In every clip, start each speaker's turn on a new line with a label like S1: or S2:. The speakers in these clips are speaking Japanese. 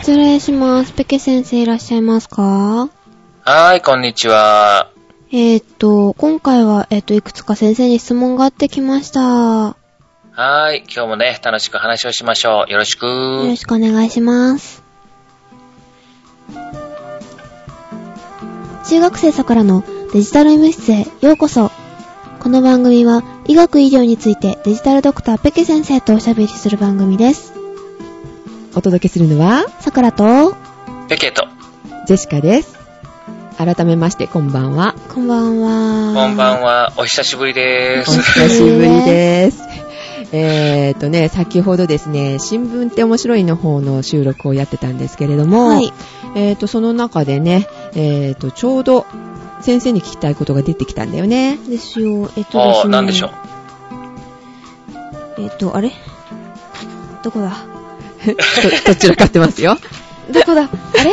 S1: 失礼します。ペケ先生いらっしゃいますか？
S2: はーい、こんにちは。
S1: 今回は、いくつか先生に質問があってきました。
S2: はーい、今日もね、楽しく話をしましょう。よろしく。
S1: よろしくお願いします。中学生さくらのデジタル医務室へようこそ。この番組は医学医療についてデジタルドクターペケ先生とおしゃべりする番組です。
S3: お届けするのは
S1: さくらと
S2: ペケと
S3: ジェシカです。改めましてこんばんは。
S1: こんばんは。
S2: こんばんは。お久しぶりです。
S3: お久しぶりです。先ほどですね、新聞って面白いの方の収録をやってたんですけれども、はい、その中でね、ちょうど先生に聞きたいことが出てきたんだよね。
S1: ですよ。ですね。
S2: 何でしょ
S1: う。あれ？どこだ？
S3: どちらかってますよ。
S1: どこだ？あれ？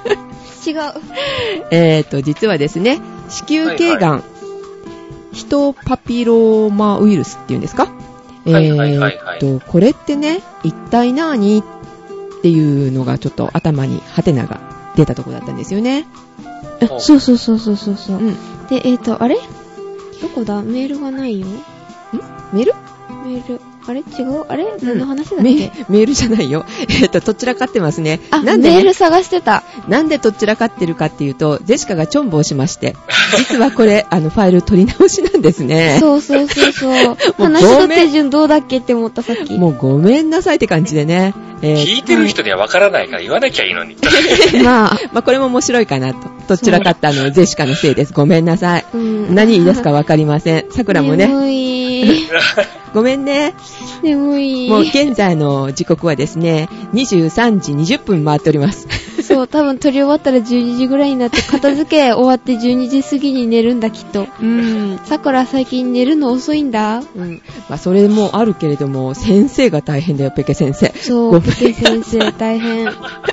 S1: 違
S3: う。実はですね、子宮頸がん、ヒトパピローマウイルスっていうんですか？これってね、一体何っていうのがちょっと頭にハテナが出たところだったんですよね。
S1: そう。うん、で、あれ？どこだ？メールがないよ。
S3: メール？
S1: あれ違う？あれ何の話だっけ？メ
S3: ールじゃないよ。とっちらかってますね。
S1: なんでね、メール探してた。
S3: なんでとっちらかってるかっていうと、ジェシカがチョンボをしまして、実はこれ、ファイル取り直しなんですね。
S1: そう。話の手順どうだっけって思ったさっき。
S3: もうごめんなさいって感じでね。
S2: 聞いてる人にはわからないから言わなきゃいいのに。
S3: まあ、これも面白いかなと。どちらかったジェシカのせいです。ごめんなさい。何言い出すかわかりません。さくらもね。
S1: 眠い。
S3: ごめんね。
S1: 眠い。
S3: もう現在の時刻はですね、23時20分回っております。
S1: そう、多分撮り終わったら12時ぐらいになって、片付け終わって12時過ぎに寝るんだ、きっと。さくら最近寝るの遅いんだ。
S3: まあ、それもあるけれども、先生が大変だよ、ペケ先生。
S1: そう、ペケ先生大変。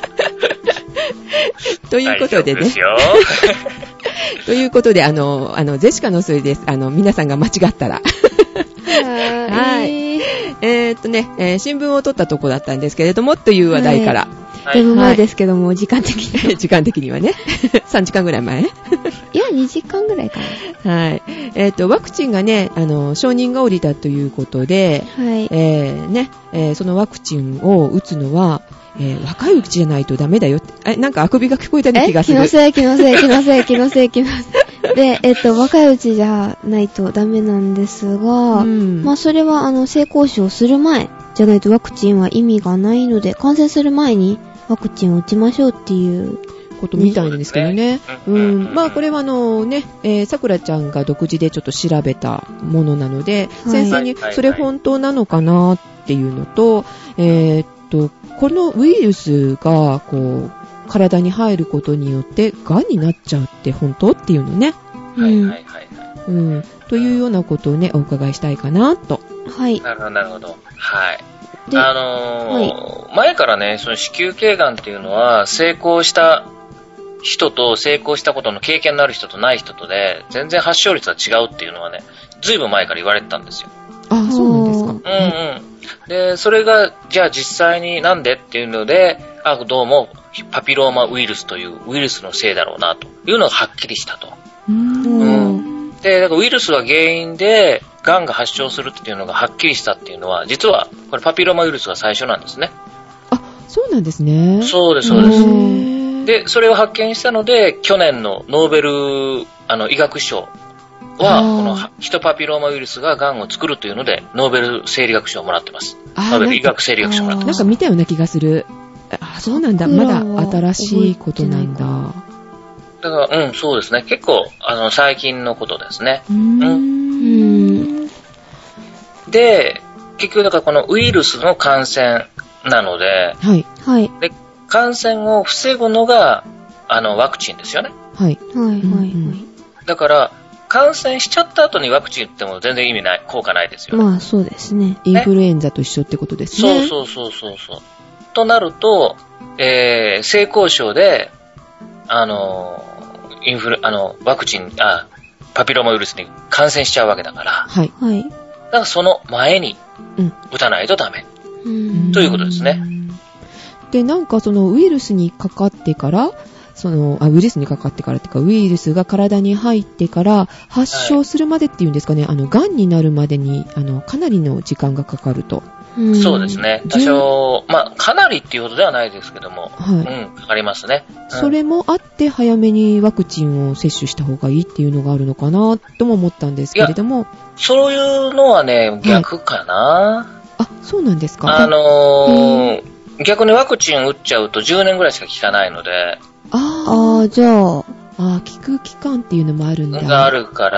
S3: ということでね。ということで、ジェシカのせいです。皆さんが間違ったら。はい。新聞を取ったとこだったんですけれども、という話題から。
S1: だいぶ前ですけども、時間的
S3: にはね。3時間ぐらい前い
S1: や、2時間ぐらいかな。
S3: はい。ワクチンがね、承認が下りたということで、
S1: はい。
S3: そのワクチンを打つのは、若いうちじゃないとダメだよって。なんかあくびが聞こえたような気がする。
S1: 気のせい。で、若いうちじゃないとダメなんですが、まあそれは性交渉する前じゃないとワクチンは意味がないので、感染する前にワクチンを打ちましょうっていう
S3: ことみたいなんですけどね。まあこれはさくらちゃんが独自でちょっと調べたものなので、先生にそれ本当なのかなっていうのと、このウイルスが体に入ることによって癌になっちゃうって本当っていうのね。というようなことをね、お伺いしたいかなと。
S1: はい。
S2: なるほど。はい。前からね、その子宮頸がんっていうのは、成功した人と成功したことの経験のある人とない人とで、全然発症率が違うっていうのはね、ずいぶん前から言われてたんですよ。
S3: あ、そうなんですか。
S2: で、それが、じゃあ実際になんでっていうので、どうもパピローマウイルスというウイルスのせいだろうなというのがはっきりしたと。で、だからウイルスが原因で癌が発症するっていうのがはっきりしたっていうのは、実はこれパピローマウイルスが最初なんですね。
S3: あ、そうなんですね。
S2: そうです。で、それを発見したので、去年のノーベル医学賞は、このヒトパピローマウイルスが癌を作るというので、ノーベル生理学賞をもらってます。ノーベル医学生理学賞をもらってます。
S3: なんか見たような気がする。そうなんだ。まだ新しいことなんだ。
S2: だから、そうですね。結構、最近のことですね。で、結局、だからこのウイルスの感染なので、で、感染を防ぐのが、ワクチンですよね。だから、感染しちゃった後にワクチン打っても全然意味ない、効果ないですよね。
S1: まあ、そうですね。
S3: インフルエンザと一緒ってことですね。
S2: そう。となると、性交渉で、ワクチン、パピローマウイルスに感染しちゃうわけだから、だからその前に打たないとダメ、ということですね。
S3: で、なんかそのウイルスにかかってから、ウイルスにかかってからっていうか、ウイルスが体に入ってから発症するまでっていうんですかね、癌になるまでに、かなりの時間がかかると。
S2: そうですね。多少、かなりっていうことではないですけども、かかりますね。
S3: それもあって早めにワクチンを接種した方がいいっていうのがあるのかなとも思ったんですけれども。
S2: そういうのはね、逆かな。
S3: そうなんですか。
S2: 逆にワクチン打っちゃうと10年ぐらいしか効かないので。
S1: じゃあ。
S3: 効く期間っていうのもあるんだ。
S2: があるから、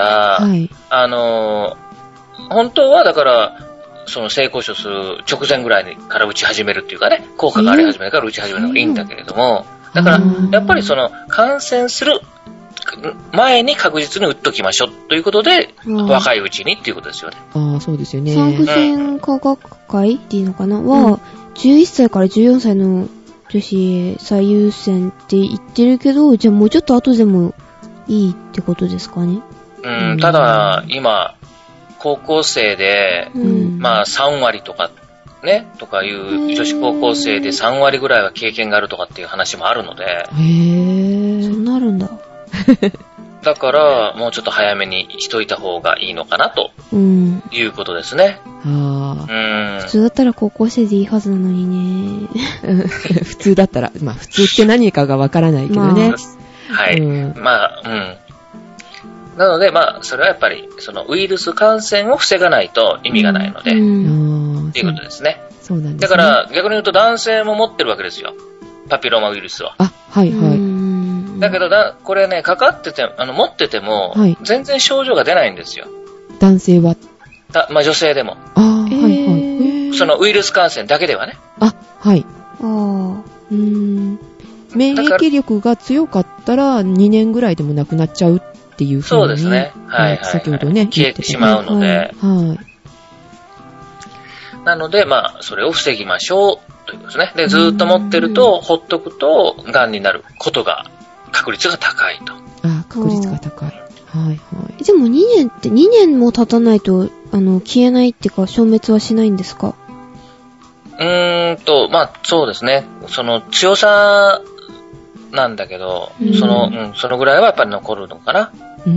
S2: 本当はだから、性交渉する直前ぐらいから打ち始めるっていうかね、効果があり始めるから打ち始めるのがいいんだけれども、だから、やっぱり感染する前に確実に打っときましょうということで、若いうちにっていうことですよね。
S3: そうですよね。
S1: 産婦人科学会っていうのかなは、11歳から14歳の女子最優先って言ってるけど、じゃあもうちょっと後でもいいってことですかね。
S2: ただ、今、高校生で、3割とか、ね、とかいう女子高校生で3割ぐらいは経験があるとかっていう話もあるので。
S1: そうなるんだ。
S2: だから、もうちょっと早めにしといた方がいいのかなと、いうことですね。
S3: 普
S1: 通だったら高校生でいいはずなのにね。
S3: 普通だったら、普通って何かがわからないけどね。
S2: はい。なので、それはやっぱり、ウイルス感染を防がないと意味がないので、っていうことですね。
S3: そうなんですね。
S2: だから、逆に言うと男性も持ってるわけですよ。パピローマウイルスは。だけどこれね、かかってて、持ってても、全然症状が出ないんですよ。
S3: 男性は
S2: 女性でも。ウイルス感染だけではね。
S3: 免疫力が強かったら2年ぐらいでもなくなっちゃうっていうふうに。そうですね。先ほどね。
S2: 消えてしまうので。なので、それを防ぎましょうということですね。で、ずーっと持ってると、ほっとくと、癌になることが、確率が高いと。
S3: 確率が高い。
S1: でも2年も経たないと、消えないっていうか、消滅はしないんですか？
S2: そうですね。強さなんだけど、そのぐらいはやっぱり残るのかな。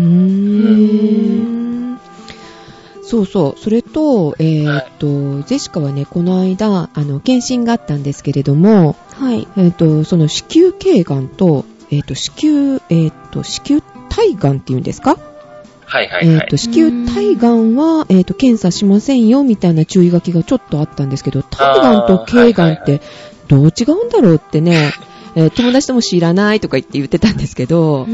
S3: そうそう。それと、ジェシカはね、この間、検診があったんですけれども、その子宮頸がんと、子宮体がんっていうんですか？子宮体がんは、検査しませんよ、みたいな注意書きがちょっとあったんですけど、体がんと頸がんってどう違うんだろうってね、友達とも知らないとか言ってたんですけど、どう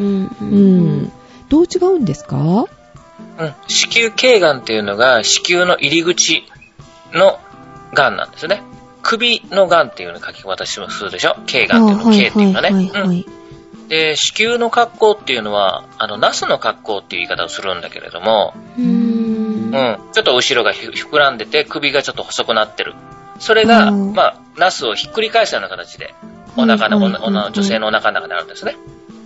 S3: 違うんですか？
S2: 子宮頸がんっていうのが子宮の入り口のがんなんですね。首のがんっていうのを書き方しますでしょ？頸がんっていうの、頸っていうのはね。で、子宮の格好っていうのは、ナスの格好っていう言い方をするんだけれども、ちょっと後ろが膨らんでて、首がちょっと細くなってる。それが、ナスをひっくり返すような形で、女性のお腹の中にあるんですね。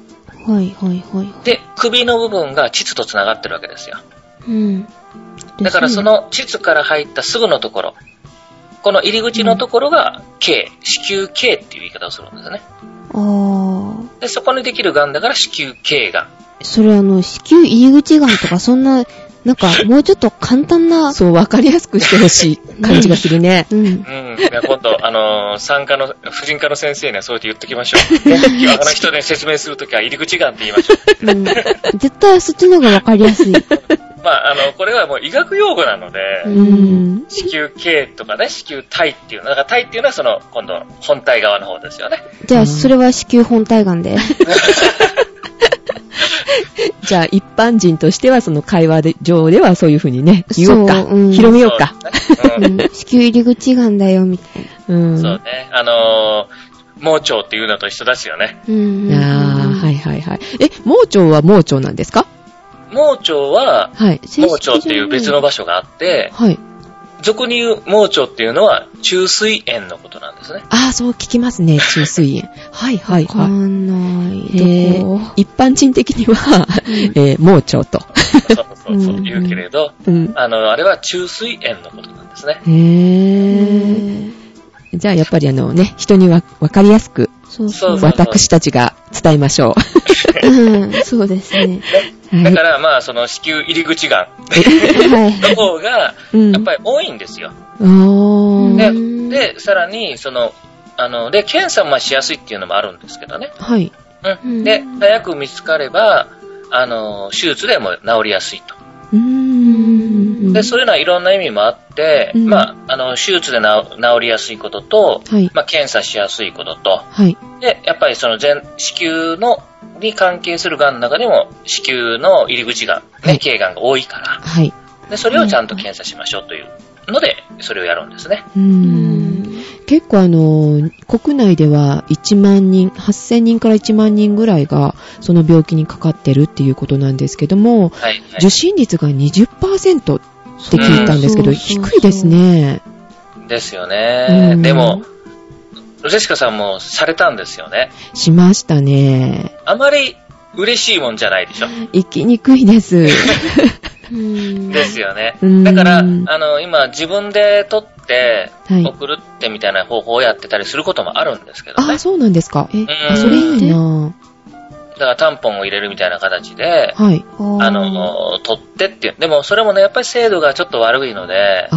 S2: で、首の部分が膣とつながってるわけですよ。だからその膣から入ったすぐのところ、この入り口のところが子宮頸っていう言い方をするんですね。で、そこにできるがんだから子宮頸がん。
S1: それ子宮入り口がんとかそんな、なんかもうちょっと簡単な。
S3: そう、わかりやすくしてほしい感じがするね。
S2: 今度、婦人科の先生にはそうやって言っときましょう。人で説明するときは入り口がんって言いましょう。
S1: 絶対そっちの方がわかりやすい。
S2: これはもう医学用語なので、子宮頸とかね、子宮体っていうの、だから体っていうのは今度、本体側の方ですよね。
S1: じゃあ、それは子宮本体がんで。
S3: じゃあ、一般人としては、その会話上ではそういうふうにね、言おうか。広めようか。
S1: 子宮入り口がんだよ、みたいな。
S2: そうね。盲腸っていうのと一緒ですよね。
S3: 盲腸は盲腸なんですか？
S2: 盲腸は、盲腸っていう別の場所があって、俗に言う盲腸っていうのは虫垂炎のことなんですね。
S3: そう聞きますね、虫垂炎。
S1: わかんない。
S3: 一般人的には、盲腸と。
S2: そう言うけれど、あれは虫垂炎のことなんですね。
S3: じゃあやっぱりね、人にわかりやすく、私たちが伝えましょ
S1: う。うん、そうですね。
S2: だからまあその子宮入り口がんの方がやっぱり多いんですよ。で、さらにで検査もしやすいっていうのもあるんですけどね。
S3: はい。
S2: で、早く見つかれば手術でも治りやすいと。で、そういうのはいろんな意味もあって、まあ手術で治りやすいことと、まあ検査しやすいことと、で、やっぱりその子宮に関係するがんの中でも子宮の入り口がん、頸がんが多いから、でそれをちゃんと検査しましょうというのでそれをやるんですね。
S3: 結構国内では1万人、8000人から1万人ぐらいがその病気にかかってるっていうことなんですけども、受診率が 20% って聞いたんですけど、低いですね。
S2: ですよね。でもジェシカさんもされたんですよね。
S3: しましたね。
S2: あまり嬉しいもんじゃないでしょ。
S3: 生きにくいです。
S2: ですよね。だから今自分で取って送るってみたいな方法をやってたりすることもあるんですけどね。
S3: あ、そうなんですか。それいいな。
S2: だからタンポンを入れるみたいな形で、取ってっていう。でもそれもね、やっぱり精度がちょっと悪いので、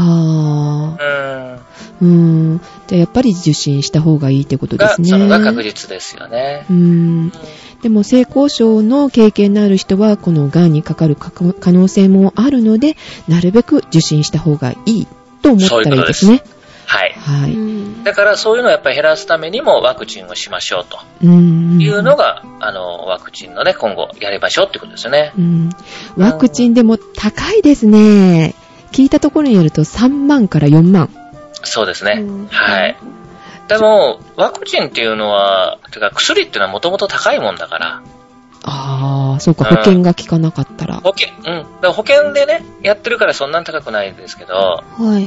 S3: じゃあやっぱり受診した方がいいってことですね。
S2: そのが確実ですよね。
S3: でも性交渉の経験のある人はこのがんにかかる可能性もあるので、なるべく受診した方がいいと思ったらいいですね。
S2: はい。だからそういうのをやっぱり減らすためにもワクチンをしましょうというのがワクチンのね、今後やりましょうってことですよね。
S3: ワクチンでも高いですね。聞いたところによると3万から4万。
S2: そうですね。はい。でもワクチンっていうのは、てか薬っていうのはもともと高いもんだから。
S3: そうか、保険が効かなかったら。
S2: だから保険でねやってるからそんなに高くないんですけど。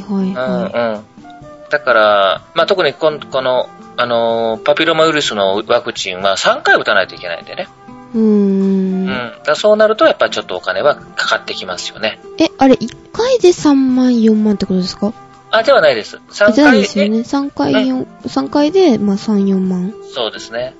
S2: だから、まあ、特にこのパピローマウイルスのワクチンは3回打たないといけないんでね。だそうなるとやっぱりちょっとお金はかかってきますよね。
S1: あれ1回で3万4万ってことですか？
S2: ではないです。3
S1: 回ですよね。3回で、まあ、3、4万。
S2: そうですね。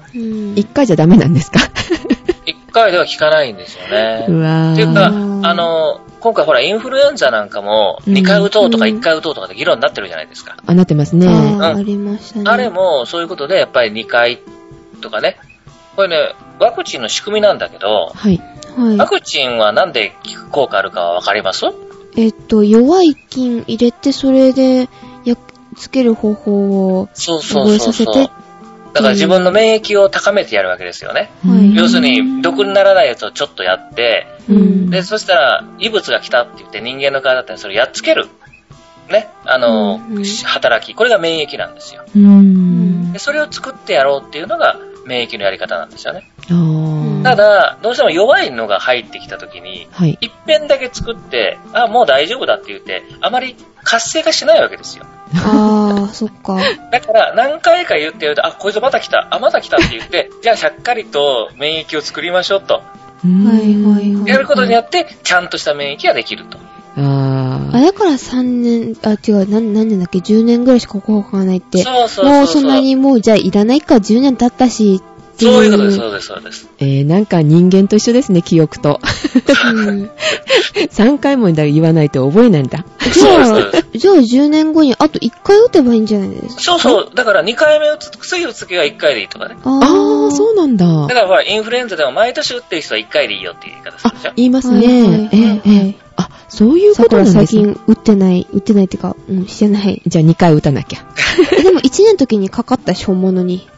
S3: 1回じゃダメなんですか
S2: ？1回では効かないんですよね。っていうか、今回ほら、インフルエンザなんかも、2回打とうとか1回打とうとかで議論になってるじゃないですか。
S3: なってますね。
S1: ありましたね。
S2: あれも、そういうことで、やっぱり2回とかね。これね、ワクチンの仕組みなんだけど、ワクチンはなんで効果あるかはわかります？
S1: 弱い菌入れて、それでつける方法を覚えさせて。
S2: だから自分の免疫を高めてやるわけですよね。要するに、毒にならないやつをちょっとやって、で、そしたら、異物が来たって言って、人間の体だったらそれをやっつける。ね。働き。これが免疫なんですよ。で、それを作ってやろうっていうのが、免疫のやり方なんですよね。ただ、どうしても弱いのが入ってきたときに、一遍だけ作って、もう大丈夫だって言って、あまり活性化しないわけですよ。
S1: そっか。
S2: だから、何回か言ってやると、こいつまた来たって言って、じゃあしっかりと免疫を作りましょうと。やることによって、ちゃんとした免疫ができると。
S1: だから3年、何年だっけ、10年ぐらいしか効果がないって。もうそんなにもう、じゃあいらないか、10年経ったし、
S2: そういうことです、そうです。
S3: なんか人間と一緒ですね、記憶と。3回も言わないと覚えないんだ。
S1: じゃあ10年後にあと1回打てばいいんじゃないですか？
S2: そう。だから2回目薬打つときは1回でいいとかね。
S3: そうなんだ。
S2: だからほら、インフルエンザでも毎年打ってる人は1回でいいよっていう言い方するでしょ？
S3: 言いますね。そういうことなんですね。
S1: 最近打ってないっていうか、してない。
S3: じゃあ2回打たなきゃ。
S1: でも1年の時にかかったし、本物に。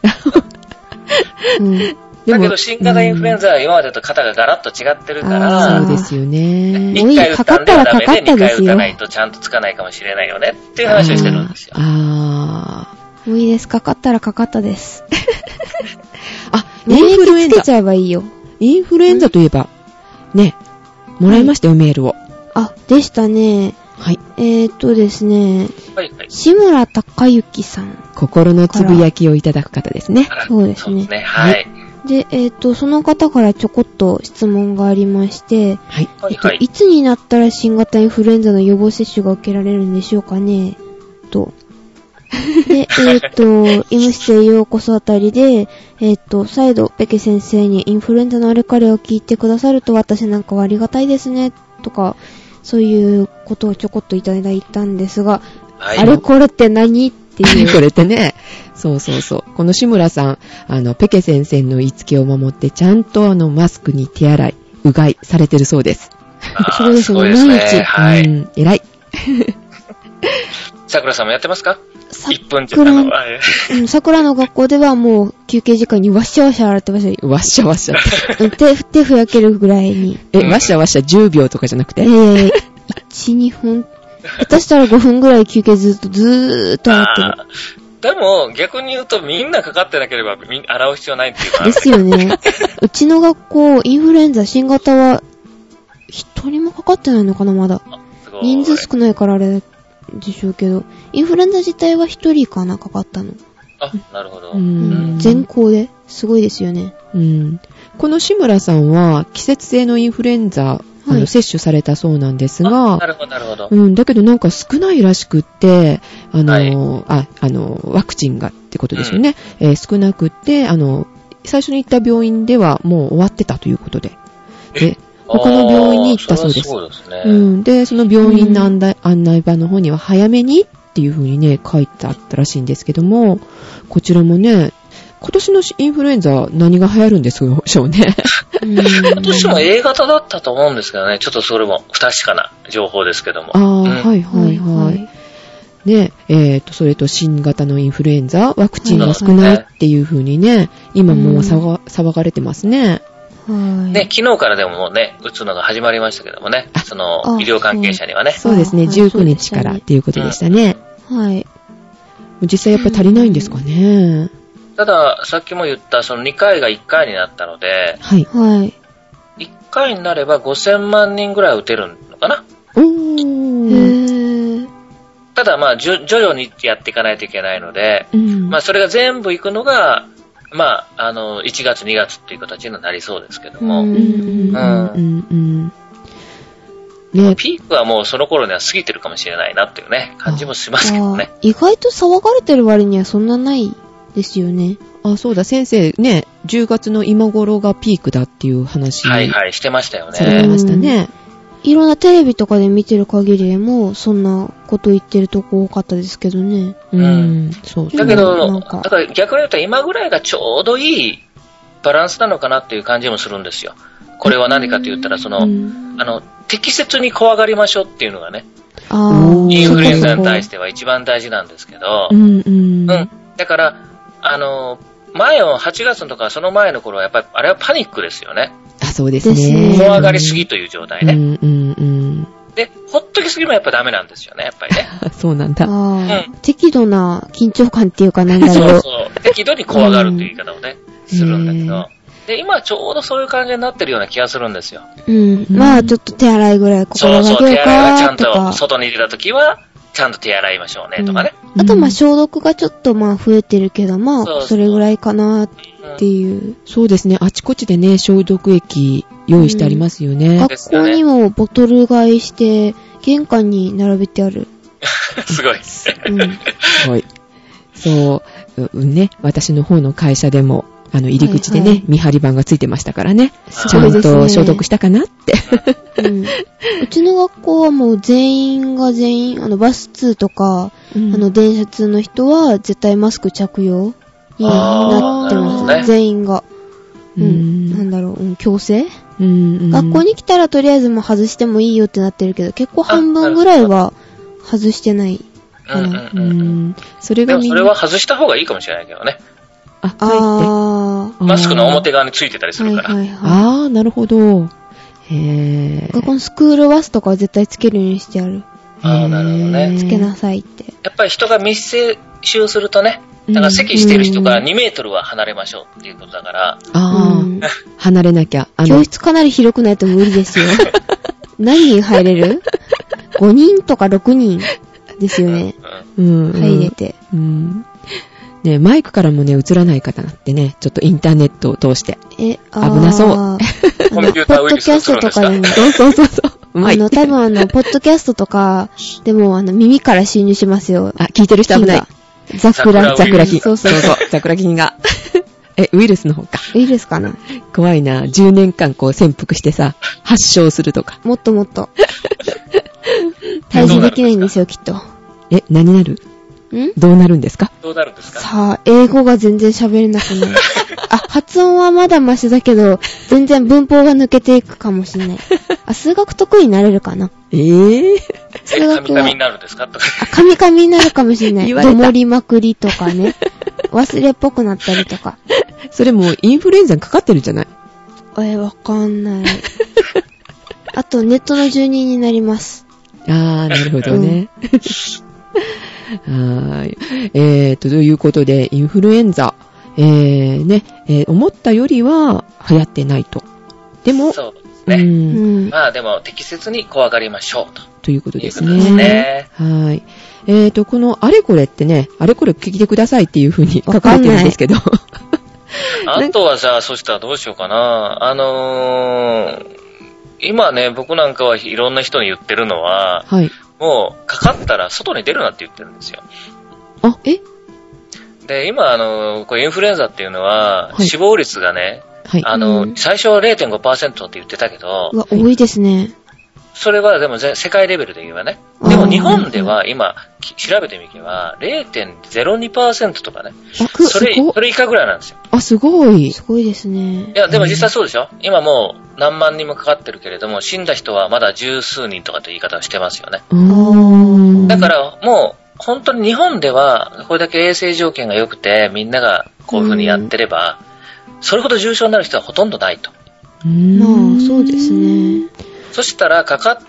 S2: だけど新型インフルエンザは今までと型がガラッと違ってるから、
S3: そうですよね。
S2: 1回打ったんではダメで2回打たないとちゃんとつかないかもしれないよねっていう話をしてるんですよ。
S1: もういいです。かかったらかかったです。
S3: インフルエンザ
S1: つけちゃえばいいよ。
S3: インフルエンザといえばね、もらいましたよ、メールを。
S1: でしたね。ですね。志村隆之さん。
S3: 心のつぶやきをいただく方ですね。
S1: そうですね。
S2: はい。
S1: で、その方からちょこっと質問がありまして、いつになったら新型インフルエンザの予防接種が受けられるんでしょうかねと。 で、医室へようこそあたりで、再度、ペケ先生にインフルエンザのあれかれを聞いてくださると私なんかはありがたいですね、とか、そういうことをちょこっといただいたんですが、はい、あれこれって何っていう。
S3: これってね、そう。この志村さん、ペケ先生の言いつけを守って、ちゃんとマスクに手洗い、うがいされてるそうです。
S1: そうですね、毎日。
S2: はい。
S3: 偉い。
S2: 桜さんもやってますか？1分
S1: 桜の学校ではもう休憩時間にワッシャワシャ洗ってましたよ。
S3: ワッシャワシャ。
S1: 手ふやけるぐらいに。
S3: ワッシャワシャ10秒とかじゃなくて
S1: 1、2分。下手したら5分ぐらい休憩ずーっと洗ってる。
S2: でも逆に言うとみんなかかってなければ洗う必要ないっていうか。
S1: ですよね。うちの学校、インフルエンザ新型は一人もかかってないのかな、まだ。人数少ないからあれでしょうけど、インフルエンザ自体は一人かな、かかったの。
S2: あ、なるほど。
S1: 全校ですごいですよね。
S3: この志村さんは季節性のインフルエンザ、接種されたそうなんですが、
S2: なるほど、なるほど。
S3: だけどなんか少ないらしくって、ワクチンがってことですよね。少なくって、最初に行った病院ではもう終わってたということで。他の病院に行ったそうです。
S2: そうですね。
S3: で、その病院の案内板の方には早めにっていう風にね、書いてあったらしいんですけども、こちらもね、今年のインフルエンザ何が流行るんでしょうね。
S2: 今年も A 型だったと思うんですけどね、ちょっとそれも不確かな情報ですけども。
S3: はい。ね、それと新型のインフルエンザ、ワクチンが少ないっていう風にね、今もう騒がれてますね。
S2: ね、昨日からでももうね、打つのが始まりましたけどもね、その医療関係者にはね。
S3: そうですね、19日からっていうことでしたね。
S1: はい。
S3: 実際やっぱり足りないんですかね。
S2: ただ、さっきも言ったその2回が1回になったので、
S3: はい。
S2: 1回になれば5000万人ぐらい打てるのかな。ただまあ徐々にやっていかないといけないので、まあそれが全部いくのが、まあ、1月2月っていう形になりそうですけども。ね、ピークはもうその頃には過ぎてるかもしれないなっていうね、感じもしますけどね。
S1: 意外と騒がれてる割にはそんなないですよね。
S3: そうだ、先生ね、10月の今頃がピークだっていう話。
S2: してましたよね。
S3: されてましたね。
S1: いろんなテレビとかで見てる限りでも、そんなこと言ってるとこ多かったですけどね。
S3: そう。
S2: だけど、だから逆に言うと今ぐらいがちょうどいいバランスなのかなっていう感じもするんですよ。これは何かと言ったら、適切に怖がりましょうっていうのがね、インフルエンザに対しては一番大事なんですけど、だから、前の8月とかその前の頃はやっぱりあれはパニックですよね。
S3: そうですね。
S2: 怖がりすぎという状態ね。で、ほっときすぎもやっぱダメなんですよね、やっぱりね。
S3: そうなんだ。
S1: 適度な緊張感っていうかなんだろう。
S2: 適度に怖がるという言い方をね、するんだけど。で、今ちょうどそういう感じになってるような気がするんですよ。
S1: まあちょっと手洗いぐらい心がけようかとか。手洗いはちゃんと外に出た時は、ちゃんと手洗いましょうねとかね。 あとまあ消毒がちょっとまあ増えてるけど、まあそれぐらいかなっていう。
S3: そうですね。あちこちでね、消毒液用意してありますよね。
S1: 学校にもボトル買いして、玄関に並べてある。
S2: すごい。
S3: すごい。そうね、私の方の会社でも、入り口でね、見張り板がついてましたからね。ちゃんと消毒したかなって。
S1: うちの学校はもう全員、バス通とか、電車通の人は絶対マスク着用になってます。全員が。なんだろう、強制学校に来たらとりあえずもう外してもいいよってなってるけど、結構半分ぐらいは外してないかな。
S3: それは
S2: 外した方がいいかもしれないけどね。
S3: マ
S2: スクの表側についてたりするから。
S3: なるほど。
S1: 学校のスクールバスとかは絶対つけるようにしてある。
S2: なるほどね。
S1: つけなさいって。
S2: やっぱり人が密集するとね、だから席してる人から2メートルは離れましょうっていうことだから。
S3: 離れなきゃ。
S1: 教室かなり広くないと無理ですよ。何人入れる ?5 人とか6人ですよね。入れて。
S3: ね、マイクからもね、映らない方ってね、ちょっとインターネットを通して。危なそう。
S2: コンピューターウイルスをするんですか？
S1: ポッドキャストとかでも。そう。多分ポッドキャストとか、でも耳から侵入しますよ。
S3: 聞いてる人危ない。
S1: ザクラ
S3: 菌。そう、ザクラ菌が。ウイルスの方か。
S1: ウイルスかな。
S3: 怖いな。10年間こう潜伏してさ、発症するとか。
S1: もっと。退治できないんですよ、きっと。
S3: 何になる？どうなるんですか？
S1: さあ、英語が全然喋れなくなる。発音はまだマシだけど、全然文法が抜けていくかもしれない。数学得意になれるかな？
S2: 数学は。神々になるんですか？
S1: 神々になるかもしれない。どもりまくりとかね。忘れっぽくなったりとか。
S3: それもうインフルエンザにかかってるんじゃない？
S1: わかんない。あと、ネットの住人になります。
S3: なるほどね。ということで、インフルエンザ、思ったよりは流行ってないと。でも、
S2: そうですね。まあでも、適切に怖がりましょう
S3: ということですね。はい。このあれこれってね、あれこれ聞いてくださいっていう風に書かれてるんですけど。
S2: あとはじゃあ、そしたらどうしようかな。今ね、僕なんかはいろんな人に言ってるのは、もう、かかったら外に出るなって言ってるんですよ。で、今、これインフルエンザっていうのは、死亡率がね、最初は 0.5% って言ってたけど、
S1: 多いですね。
S2: それはでも世界レベルで言えばね。でも日本では今、調べてみれば 0.02% とかね。それ以下ぐらいなんですよ。
S3: すごい。
S1: すごいですね。
S2: いや、でも実際そうでしょ？今もう何万人もかかってるけれども、死んだ人はまだ十数人とかという言い方をしてますよね。だからもう、本当に日本では、これだけ衛生条件が良くて、みんながこういう風にやってれば、それほど重症になる人はほとんどないと。
S1: そうですね。
S2: そしたら、かかって、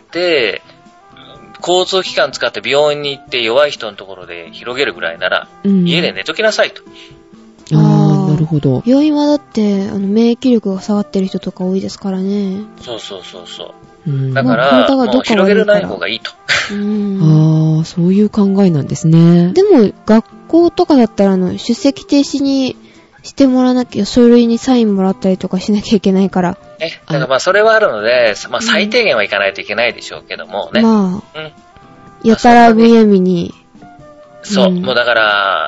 S2: 交通機関使って病院に行って弱い人のところで広げるぐらいなら、家で寝ときなさいと。
S3: なるほど。
S1: 病院はだって、免疫力が下がってる人とか多いですからね。
S2: そう。だから、もう広げるない方がいいと。
S3: そういう考えなんですね。
S1: でも、学校とかだったら、出席停止にしてもらわなきゃ、書類にサインもらったりとかしなきゃいけないから。
S2: だからそれはあるので、最低限はいかないといけないでしょうけどもね。
S1: やたらむやみに。
S2: そう、もうだから、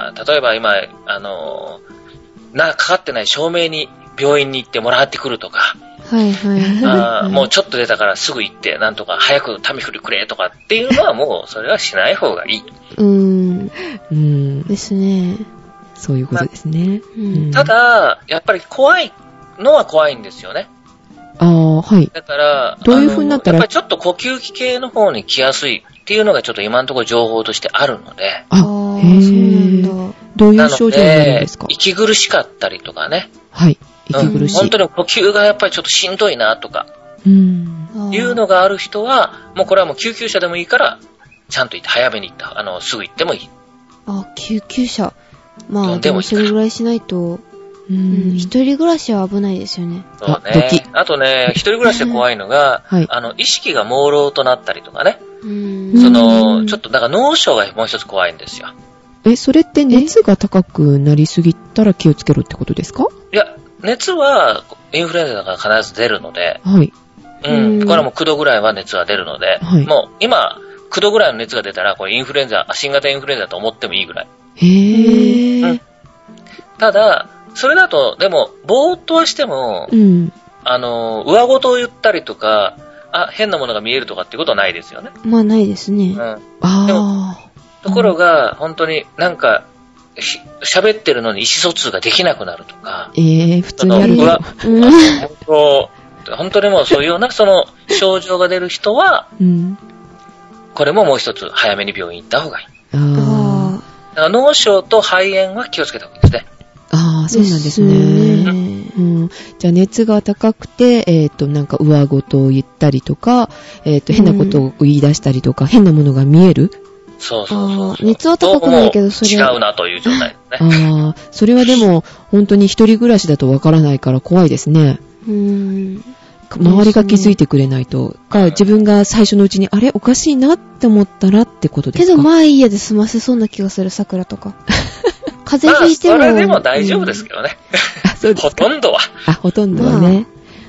S2: 例えば今、かかってない証明に病院に行ってもらってくるとか、もうちょっと出たからすぐ行って、なんとか早くタミフルくれとかっていうのはもうそれはしない方がいい。
S1: ですね。
S3: そういうことですね。
S2: ただ、やっぱり怖いのは怖いんですよね。だから、
S3: どういう風になったら、
S2: やっぱりちょっと呼吸器系の方に来やすいっていうのがちょっと今のところ情報としてあるので。
S1: そうなんだ。
S3: どういう症状になるんですか？
S2: 息苦しかったりとかね。
S3: 息苦しい。
S2: 本当に呼吸がやっぱりちょっとしんどいなとか、いうのがある人は、もうこれはもう救急車でもいいから、ちゃんと行って早めに行った、すぐ行ってもいい。
S1: 救急車。でもそれぐらいしないと、一人暮らしは危ないですよね。
S2: そうね。あとね、一人暮らしで怖いのが、意識が朦朧となったりとかね。ちょっとだから脳症がもう一つ怖いんですよ。
S3: それって熱が高くなりすぎたら気をつけろってことですか？
S2: いや、熱はインフルエンザだから必ず出るので、これはもう9度ぐらいは熱は出るので、もう今、9度ぐらいの熱が出たら、これ新型インフルエンザと思ってもいいぐらい。ただ、それだと、でも、ぼーっとはしても、上ごとを言ったりとか、変なものが見えるとかっていうことはないですよね。
S1: ないですね。
S2: でも、ところが、本当になんか、喋ってるのに意思疎通ができなくなるとか、
S3: 普通にやる
S2: よ。本当にもうそういうような症状が出る人は、これももう一つ早めに病院行った方がいい。だから脳症と肺炎は気をつけた方がいいですね。
S3: そうなんですね。じゃあ熱が高くて、なんか上ごとを言ったりとか、変なことを言い出したりとか、変なものが見える。
S1: 熱は高くないけど、それ
S2: 違うなという状態ですね。
S3: それはでも、本当に一人暮らしだとわからないから怖いですね。周りが気づいてくれないと、自分が最初のうちに、あれおかしいなって思ったらってことですか？
S1: けど家で済ませそうな気がする、桜とか。風邪ひいても。
S2: それでも大丈夫ですけどね。ほとんどは。
S3: ほとんどはね。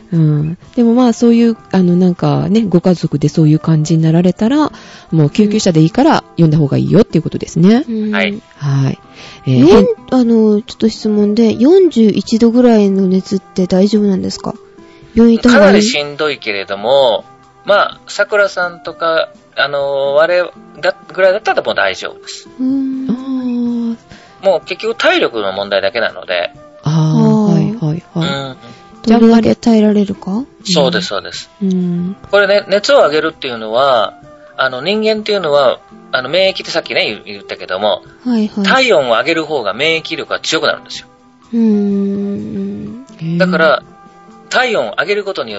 S3: うん。でもまあそういう、なんかね、ご家族でそういう感じになられたら、もう救急車でいいから呼んだ方がいいよっていうことですね。
S2: はい。
S3: はい。
S1: ちょっと質問で、41度ぐらいの熱って大丈夫なんですか？病院行った方がいい？
S2: かなりしんどいけれども、まあ、桜さんとか、我ぐらいだったらもう大丈夫です。もう結局体力の問題だけなので。
S3: はいはいはい。
S1: どれだけ耐えられるか？
S2: そうですそうです。これね、熱を上げるっていうのは、人間っていうのは、免疫ってさっきね、言ったけども、はいはい、体温を上げる方が免疫力が強くなるんですよ。だから、体温を上げることによって、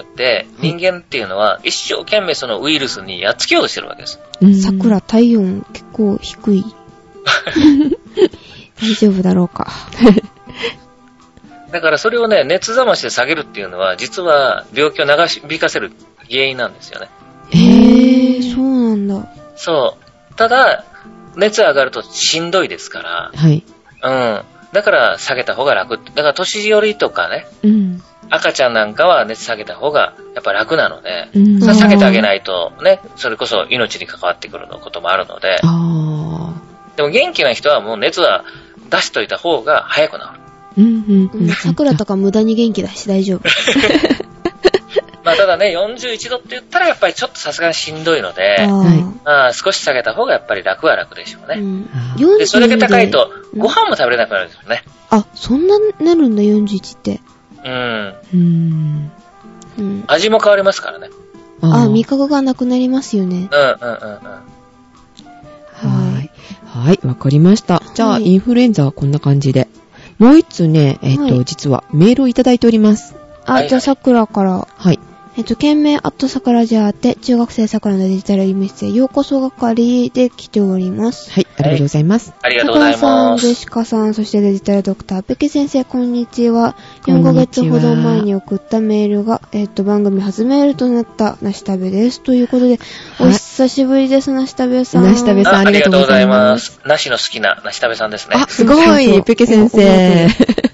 S2: 人間っていうのは、一生懸命そのウイルスにやっつけようとしてるわけです。
S1: 桜、体温結構低い。大丈夫だろうか。
S2: だからそれをね、熱冷ましで下げるっていうのは、実は病気を長引かせる原因なんですよね。
S1: そうなんだ。
S2: そう。ただ、熱上がるとしんどいですから。
S3: はい。
S2: だから下げた方が楽。だから年寄りとかね、赤ちゃんなんかは熱下げた方がやっぱ楽なので、それ下げてあげないとね、それこそ命に関わってくることもあるので。でも元気な人はもう熱は出しといた方が早くなる。
S1: 桜とか無駄に元気だし大丈夫。
S2: まあただね、41度って言ったらやっぱりちょっとさすがにしんどいので、少し下げた方がやっぱり楽は楽でしょうね。でそれだけ高いとご飯も食べれなくなるんですよね。
S1: そんななるんだ、41って。
S2: 味も変わりますからね。
S1: 味覚がなくなりますよね。
S3: はい、わかりました。じゃあ、インフルエンザはこんな感じで。もう一つね、実はメールをいただいております。
S1: じゃあ、桜から。
S3: はい。
S1: 件名、桜じゃあて、中学生桜のデジタル医務室へようこそ係で来ております。
S3: はい、ありがとうございます。
S2: ありがとうございます。桜
S1: さん、ジェシカさん、そしてデジタルドクター、ペケ先生、こんにちは。4ヶ月ほど前に送ったメールが、番組初メールとなったなしたべです。ということで、お久しぶりです、なしたべさん。
S3: なしたべさん、ありがとうございます。
S2: なしの好きななしたべさんですね。
S3: すごい、ペケ先生。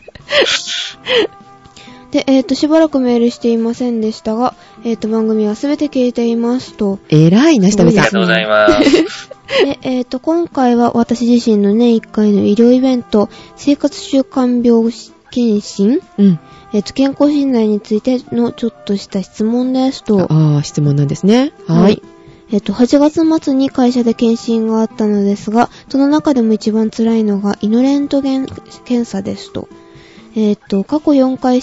S1: で、しばらくメールしていませんでしたが、番組はすべて聞いていますと。
S3: 偉いなしたべさん。
S2: ありがとうございます。
S1: で、今回は私自身の年1回の医療イベント、生活習慣病検診、健康診断についてのちょっとした質問ですと。
S3: 質問なんですね。はい。
S1: 8月末に会社で検診があったのですが、その中でも一番辛いのが胃のレントゲン検査ですと。過去4回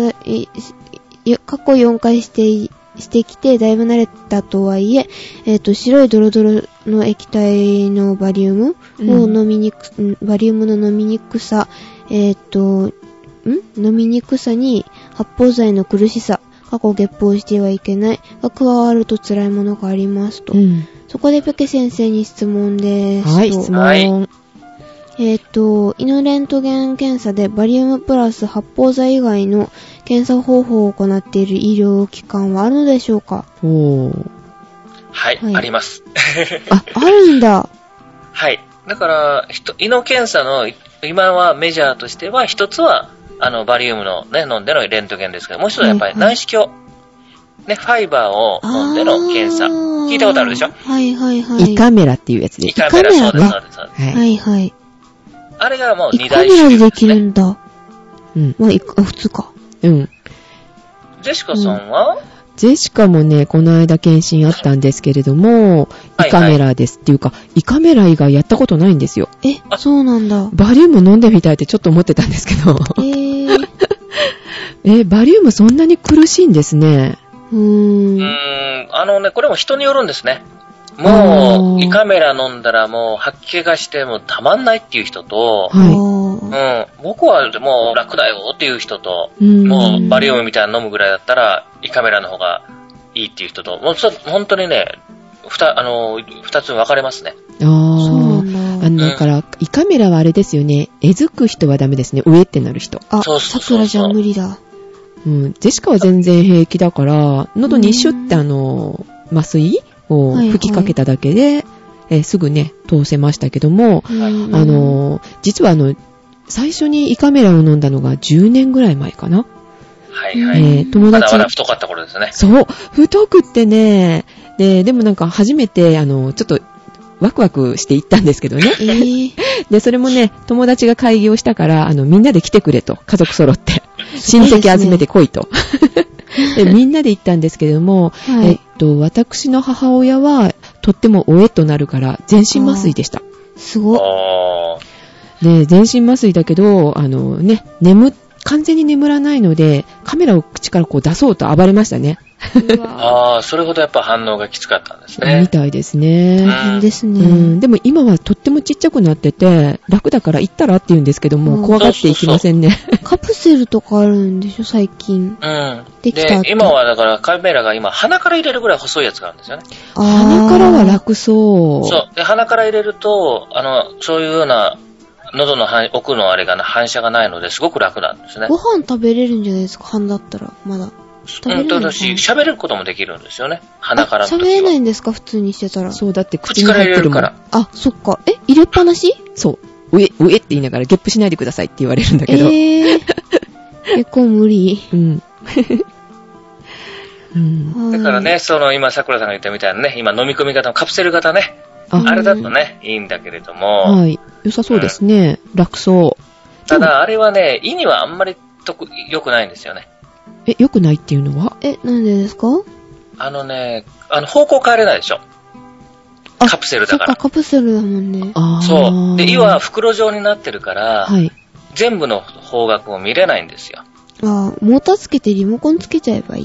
S1: してきてだいぶ慣れたとはいえ、白いドロドロの液体のバリウムをバリウムの飲みにくさ、飲みにくさに発泡剤の苦しさ、過去ゲップをしてはいけないが加わると辛いものがありますと。そこでペケ先生に質問ですと。
S3: はい、質問。
S1: 胃のレントゲン検査でバリウムプラス発泡剤以外の検査方法を行っている医療機関はあるのでしょうか？
S2: はい、あります。
S1: あるんだ。
S2: はい。だから、胃の検査の、今はメジャーとしては、一つは、バリウムのね、飲んでのレントゲンですけど、もう一つはやっぱり内視鏡。ね、ファイバーを飲んでの検査。聞いたことあるでしょ？
S1: はいはいはい。
S3: 胃カメラっていうやつです。
S2: 胃カメラ、そうです、そうです。
S1: はいはい。あ
S2: れがもう
S1: 2大種類ですね。胃カメラでできるんだ。まあ、普通か。
S2: ジェシカさんは？
S3: ジェシカもね、この間検診あったんですけれども、胃カメラですっていうか、胃カメラ以外やったことないんですよ。
S1: そうなんだ。
S3: バリウム飲んでみたいってちょっと思ってたんですけど。バリウムそんなに苦しいんですね。
S2: これも人によるんですね。もう、胃カメラ飲んだらもう吐き気がしてもうたまんないっていう人と、僕はもう楽だよっていう人と、もうバリウムみたいなの飲むぐらいだったら胃カメラの方がいいっていう人と、もう本当にね、二つ分かれますね。
S3: だから、胃カメラはあれですよね、えずく人はダメですね、上ってなる人。
S1: 桜じゃ無理だ。
S3: ジェシカは全然平気だから、喉にシュッて麻酔を吹きかけただけで、すぐね、通せましたけども、実は最初に胃カメラを飲んだのが10年ぐらい前かな。
S2: はいはい。
S3: 友達。
S2: まだ太かった頃ですね。
S3: そう。太くってね、でもなんか初めて、ちょっと、ワクワクして行ったんですけどね。で、それもね、友達が会議をしたから、みんなで来てくれと。家族揃って。親戚集めて来いと。で、みんなで行ったんですけれども、はい、私の母親は、とってもおえっとなるから、全身麻酔でした。
S1: すごい。
S3: で、全身麻酔だけど、完全に眠らないので、カメラを口からこう出そうと暴れましたね。
S2: それほどやっぱ反応がきつかったんですね。
S3: みたいですね。
S1: 大変ですね。
S3: でも今はとってもちっちゃくなってて、楽だから行ったらって言うんですけども、怖がっていきませんね。
S1: カプセルとかあるんでしょ、最近。
S2: できたって。今はだからカメラが今鼻から入れるぐらい細いやつがあるんですよね。
S3: 鼻からは楽そう。
S2: そう。で、鼻から入れると、そういうような、喉の奥のあれが反射がないのですごく楽なんですね。
S1: ご飯食べれるんじゃないですか、鼻だったら、まだ。
S2: 喋ることもできるんですよね。鼻からの時は。
S1: 喋れないんですか、普通にしてたら。
S3: そう、だって口から入れるから。
S1: そっか。入れっぱなし？
S3: そう。上って言いながらゲップしないでくださいって言われるんだけど。
S1: 結構無理。
S2: だからね、今、桜さんが言ったみたいなね、今飲み込み型のカプセル型ね。あれだとね、いいんだけれども。
S3: はい。良さそうですね。楽そう。
S2: ただ、あれはね、胃にはあんまり良くないんですよね。
S3: 良くないっていうのは？
S1: なんでですか？
S2: 方向変えれないでしょ。カプセルだから。
S1: そっか、カプセルだもんね。
S2: そう。で、胃は袋状になってるから、全部の方角を見れないんですよ。
S1: モーターつけてリモコンつけちゃえばいい。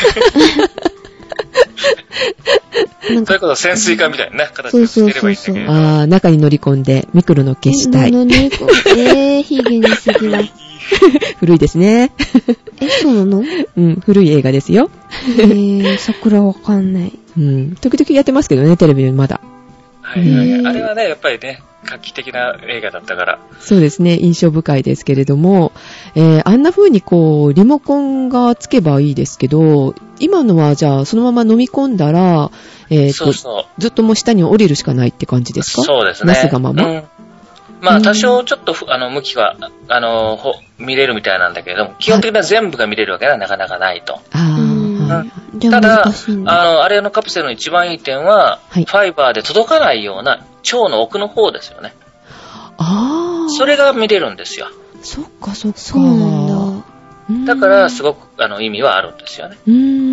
S2: そういうこと、潜水艦みたいな形をしてればいいんだけど。
S3: 中に乗り込んでミクロの消したい。
S1: ヒゲにすぎない。
S3: 古いですね。
S1: そうなの？
S3: 古い映画ですよ。
S1: 桜わかんない。
S3: 時々やってますけどね、テレビでまだ。
S2: あれはね、やっぱりね、画期的な映画だったから。
S3: そうですね、印象深いですけれども、あんな風にこう、リモコンがつけばいいですけど、今のはじゃあそのまま飲み込んだら、ずっともう下に降りるしかないって感じですか？
S2: そうですね。
S3: なすがまま。
S2: 多少ちょっと向きは見れるみたいなんだけれども、基本的には全部が見れるわけではなかなかないと。ただ、あれのカプセルの一番いい点は、ファイバーで届かないような腸の奥の方ですよね。それが見れるんですよ。
S3: そっかそっか。
S1: そうなん
S2: だ。だからすごく意味はあるんですよね。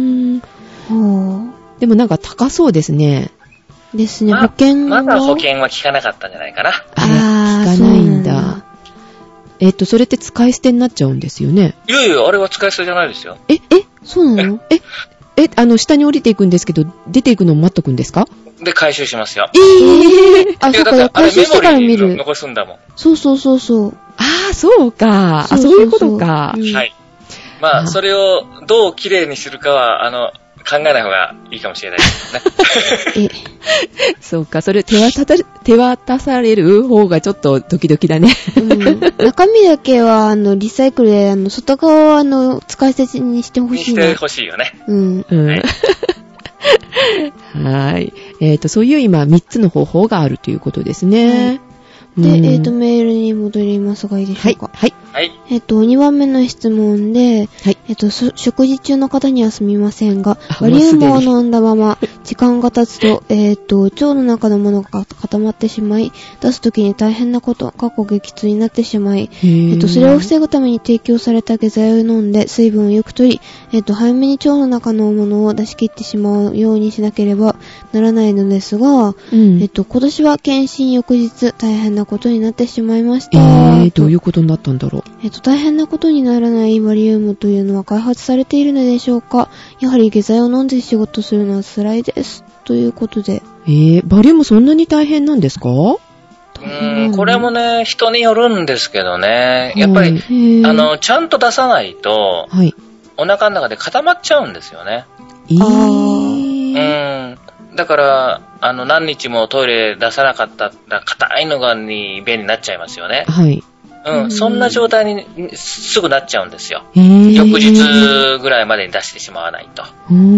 S3: でもなんか高そうですね。
S1: ですね、保険は。
S2: まだ保険は効かなかったんじゃないかな。
S3: 効かないんだ。それって使い捨てになっちゃうんですよね。
S2: いやいや、あれは使い捨てじゃないですよ。
S1: そうなの？
S3: 下に降りていくんですけど、出ていくのを待っとくんですか？
S2: で、回収しますよ。
S1: そうか、回収してから見る。
S2: 残すんだもん。
S1: そう。
S3: そうか。そういうことか。
S2: はい。それをどう綺麗にするかは、考えない方がいいかもしれないですね。
S3: そうか、それ手渡される方がちょっとドキドキだね。
S1: 中身だけは、リサイクルで、外側は、使い捨てにしてほしいな。
S2: してほしいよね。
S3: はい。そういう今、3つの方法があるということですね。
S1: で、メールに戻りますがいいでしょうか。
S2: はい。
S1: 2番目の質問で、食事中の方にはすみませんが、バリウムを飲んだまま、時間が経つと、腸の中のものが固まってしまい、出すときに大変なこと、激痛になってしまい、それを防ぐために提供された下剤を飲んで、水分をよく取り、早めに腸の中のものを出し切ってしまうようにしなければならないのですが、今年は検診翌日、大変なことになってしまいました。
S3: どういうことになったんだろう。
S1: 大変なことにならないバリウムというのは開発されているのでしょうか？やはり下剤を飲んで仕事するのは辛いです。ということで。
S3: バリウムそんなに大変なんですか？
S2: これもね、人によるんですけどね。やっぱり、ちゃんと出さないと、お腹の中で固まっちゃうんですよね。だから、何日もトイレ出さなかったら、硬いのがに便になっちゃいますよね。そんな状態にすぐなっちゃうんですよ。翌日ぐらいまでに出してしまわないと。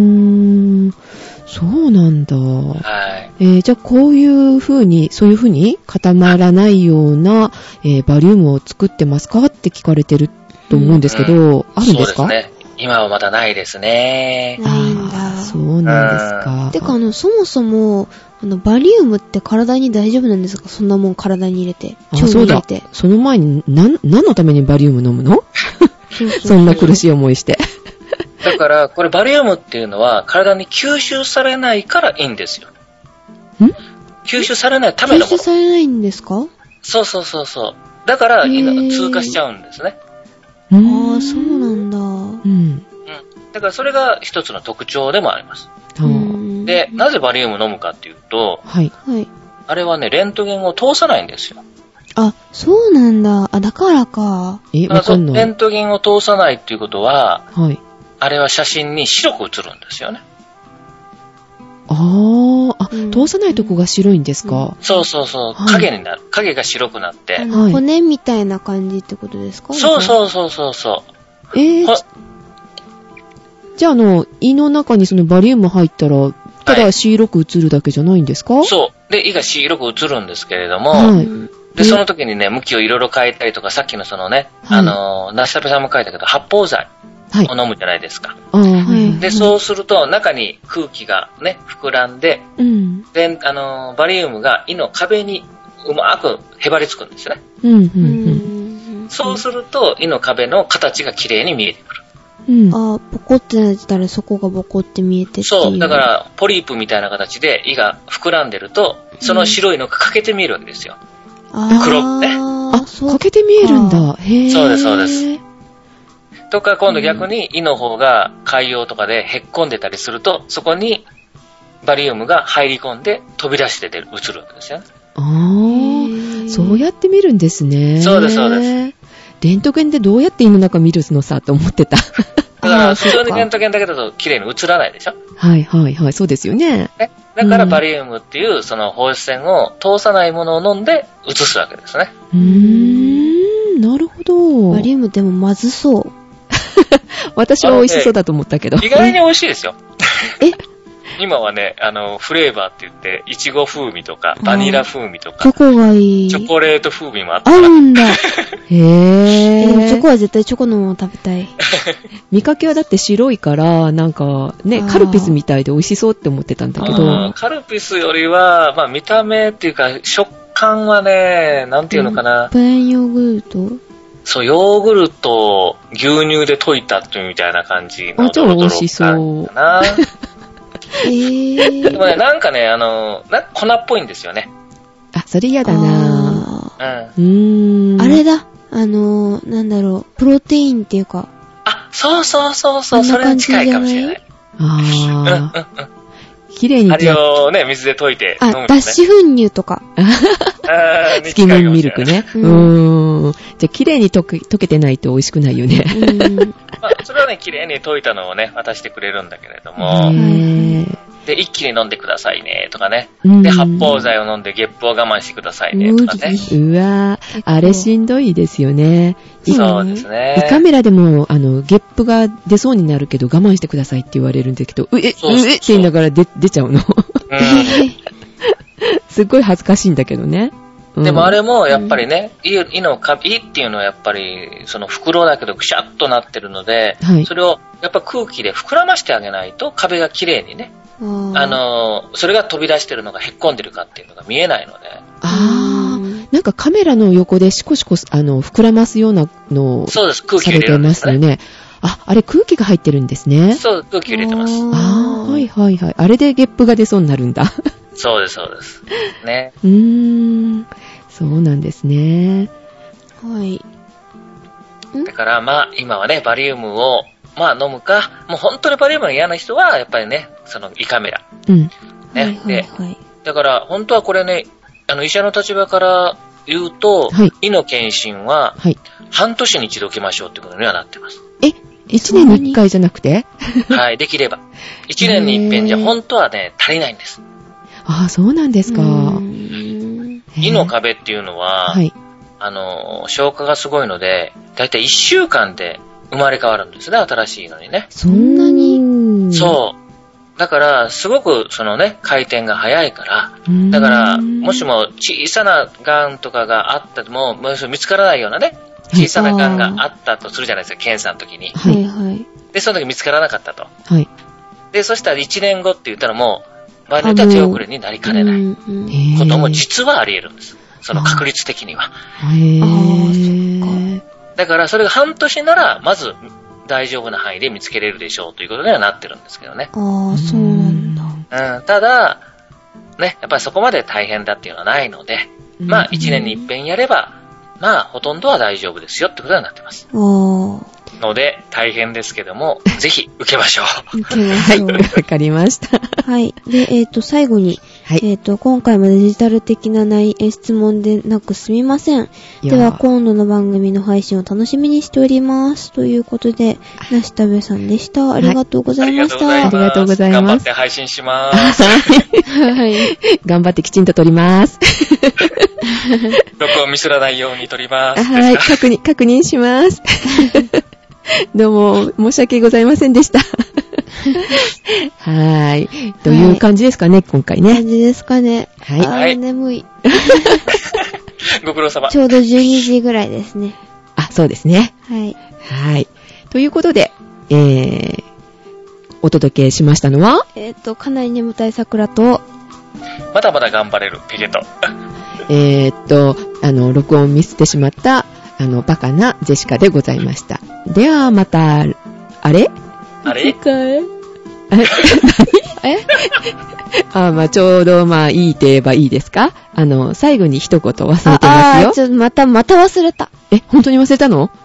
S3: そうなんだ。じゃあそういう風に固まらないような、バリウムを作ってますかって聞かれてると思うんですけど、あるんですか？
S2: そうですね。 今はまだないですね。
S1: ないんだ。
S3: そうなんですか。
S1: てかそもそも、バリウムって体に大丈夫なんですか？そんなもん体に入れて。腸に入れて。
S3: その前に、何のためにバリウム飲むの？そんな苦しい思いして。
S2: だから、これバリウムっていうのは体に吸収されないからいいんですよ。吸収されないためのもの。
S1: 吸収されないんですか？
S2: そう。だから、通過しちゃうんですね。
S1: ああ、そうなんだ。
S2: だからそれが一つの特徴でもあります。で、なぜバリウム飲むかっていうと、あれはね、レントゲンを通さないんですよ。
S1: あ、そうなんだ。だからか。
S3: わかんない。
S2: レントゲンを通さないっていうことは、あれは写真に白く映るんですよね。
S3: 通さないとこが白いんですか？
S2: そう。影になる。影が白くなって。
S1: 骨みたいな感じってことですか？
S2: そう。
S3: じゃあ胃の中にそのバリウム入ったら、ただ白く映るだけじゃないんですか？
S2: そう。で、胃が白く映るんですけれども、で、その時にね、向きをいろいろ変えたりとか、さっきのそのね、ナシタペさんも書いたけど、発泡剤を飲むじゃないですか。で、そうすると、中に空気がね、膨らんで、で、バリウムが胃の壁にうまくへばりつくんですよね。そうすると、胃の壁の形が綺麗に見えてくる。
S1: ボコってなってたらそこがボコって見えてっていう。
S2: そう。だから、ポリープみたいな形で胃が膨らんでると、その白いのが欠けて見えるわけですよ。黒くね。
S3: 欠けて見えるんだ。へー。
S2: そうです。とか、今度逆に胃の方が潰瘍とかでへっこんでたりすると、そこにバリウムが入り込んで飛び出して映るわけですよね。
S3: そうやって見るんですね。
S2: そうです。
S3: レントゲンでどうやって胃の中見るのさと思ってた。
S2: だから普通にレントゲンだけだと綺麗に映らないでしょ？
S3: はい、そうですよね。
S2: だからバリウムっていうその放射線を通さないものを飲んで映すわけですね。
S3: なるほど。
S1: バリウムでもまずそう。
S3: 私は美味しそうだと思ったけど。
S2: 意外に美味しいですよ。今はね、フレーバーって言って、いちご風味とか、バニラ風味とか、
S1: チョコがいい。
S2: チョコレート風味もあった
S1: ら。あるんだ。
S3: へぇ
S1: でもチョコは絶対チョコのもの食べたい。
S3: 見かけはだって白いから、なんかね、カルピスみたいで美味しそうって思ってたんだけど。
S2: カルピスよりは、まあ見た目っていうか、食感はね、なんていうのかな。
S1: プレーンヨーグルト？
S2: そう、ヨーグルトを牛乳で溶いたっていうみたいな感じの
S3: ドロドロ感かな。
S2: でもね、なんかね、粉っぽいんですよね。
S3: それ嫌だな
S1: ぁ。あれだ。なんだろう、プロテインっていうか。
S2: そう、それに近いかもしれない。
S3: 綺麗に。
S2: あれをね、水で溶いて飲むんですね。
S1: 脱脂粉乳とか。
S3: スキムミルクね。じゃあ、綺麗に溶けてないと美味しくないよね。
S2: それはね、綺麗に溶いたのをね、渡してくれるんだけれども、で、一気に飲んでくださいね、とかね。で、発泡剤を飲んでゲップを我慢してくださいね、とかね。
S3: うわぁ、あれしんどいですよね。
S2: そうですね。
S3: 胃カメラでも、ゲップが出そうになるけど我慢してくださいって言われるんだけど、って言いながら出ちゃうの。すっごい恥ずかしいんだけどね。
S2: でもあれもやっぱりね、胃の壁、胃っていうのはやっぱりその袋だけどぐしゃっとなってるので、それをやっぱ空気で膨らましてあげないと壁が綺麗にね、それが飛び出してるのがへっこんでるかっていうのが見えないので。
S3: なんかカメラの横でシコシコ膨らますようなのを
S2: そうです、空気入れるんですね。
S3: されてますよね。あれ空気が入ってるんですね。
S2: そう、空気入れてます。
S3: はい。あれでゲップが出そうになるんだ。
S2: そうです。ね。
S3: そうなんですね。
S1: はい。
S2: だからまあ今はね、バリウムを飲むか、もう本当にバリウムが嫌な人はやっぱりね、その胃カメラ。ね。で、だから本当はこれね、医者の立場から言うと、胃の検診は半年に一度受けましょうってことにはなってます。
S3: 1年に1回じゃなくて？
S2: はい、できれば。1年に一遍じゃ本当はね、足りないんです。
S3: そうなんですか。
S2: 胃の壁っていうのは、消化がすごいので、だいたい1週間で生まれ変わるんですね、新しいのにね。
S1: そんなに？
S2: そう。だから、すごくそのね、回転が早いから、だから、もしも小さな癌とかがあっても、見つからないようなね、 小さな癌があったとするじゃないですか、検査の時に。
S1: はいはい。
S2: で、その時見つからなかったと。
S3: はい。
S2: で、そしたら1年後って言ったらもう、場合によっては手遅れになりかねないことも実はあり得るんです。その確率的には。
S3: そっか。
S2: だからそれが半年なら、まず大丈夫な範囲で見つけれるでしょうということにはなってるんですけどね。
S1: ああ、そうなん
S2: だ。ただ、ね、やっぱりそこまで大変だっていうのはないので、まあ1年に一遍やれば、まあほとんどは大丈夫ですよってことになってます。ので、大変ですけども、ぜひ受けましょう。
S1: 受けましょう。
S3: はい、わかりました。
S1: はい。で、最後に、はい、今回もデジタル的な質問でなくすみません。では、今度の番組の配信を楽しみにしております。ということで、なしたべさんでした。ありがとうございました。
S3: ありがとうございます。
S2: 頑張って配信します。
S1: はい。
S3: 頑張ってきちんと撮ります。
S2: 録音ミスらないように撮ります。
S3: はい、確認します。どうも、申し訳ございませんでした。はい。という感じですかね、今回ね。
S1: 感じですかね。
S3: はい。
S1: 眠い。
S2: ご苦労様。
S1: ちょうど12時ぐらいですね。
S3: あ、そうですね。
S1: はい。
S3: はい。ということで、お届けしましたのは
S1: かなり眠たい桜と、
S2: まだまだ頑張れるピケと。
S3: 録音ミスってしまった、バカなジェシカでございました。では、また、あれ
S1: 次回
S3: まあ、ちょうど、まあ、いいと言えばいいですか？最後に一言忘れてますよ。
S1: また忘れた。
S3: 本当に忘れたの？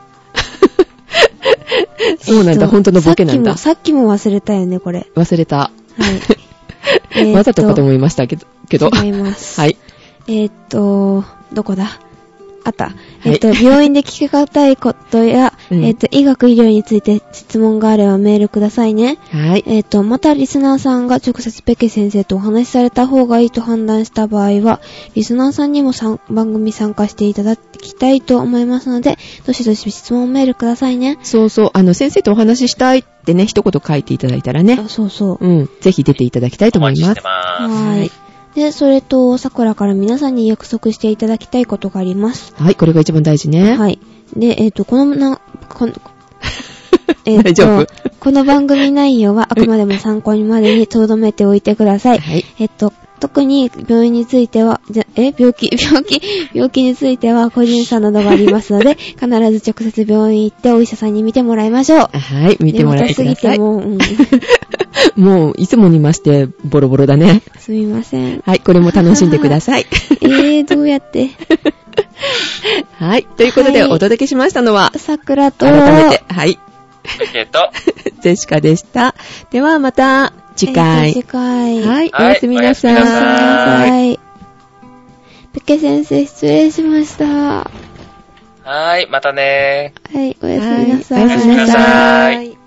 S3: そうなんだ、本当のボケなんだ。
S1: さっきも忘れたよね、これ。
S3: 忘れた。は
S1: い。
S3: わざとかと思いましたけど。
S1: 違います。
S3: はい。
S1: どこだ？あった。病院で聞きたいことや、医学医療について質問があればメールくださいね。
S3: はい。
S1: またリスナーさんが直接ペケ先生とお話しされた方がいいと判断した場合は、リスナーさんにも番組参加していただきたいと思いますので、どしどし質問メールくださいね。
S3: そうそう。先生とお話ししたいってね、一言書いていただいたらね。
S1: そうそう。
S3: うん。ぜひ出ていただきたいと思います。
S2: お待ちしてます。
S1: はい。で、それと、桜から皆さんに約束していただきたいことがあります。
S3: はい、これが一番大事ね。
S1: はい。で、大
S3: 丈夫？
S1: この番組内容はあくまでも参考にまでに留めておいてください。
S3: はい。
S1: 特に病院については、病気については個人差などがありますので、必ず直接病院行ってお医者さんに見てもらいましょう。
S3: はい、見てもらってください。
S1: 眠たすぎて
S3: もう、いつもにまして、ボロボロだね。
S1: すみません。
S3: はい、これも楽しんでください。
S1: どうやって
S3: はい、ということで、お届けしましたのは、
S1: 桜と、
S3: 改めて、はい。ジェシカでした。では、また、次回。はい、おやすみなさい。
S1: おやすみなさい。ペケ先生、失礼しました。
S2: はい、またね。
S1: はい、おやすみなさい。
S3: おやすみなさい。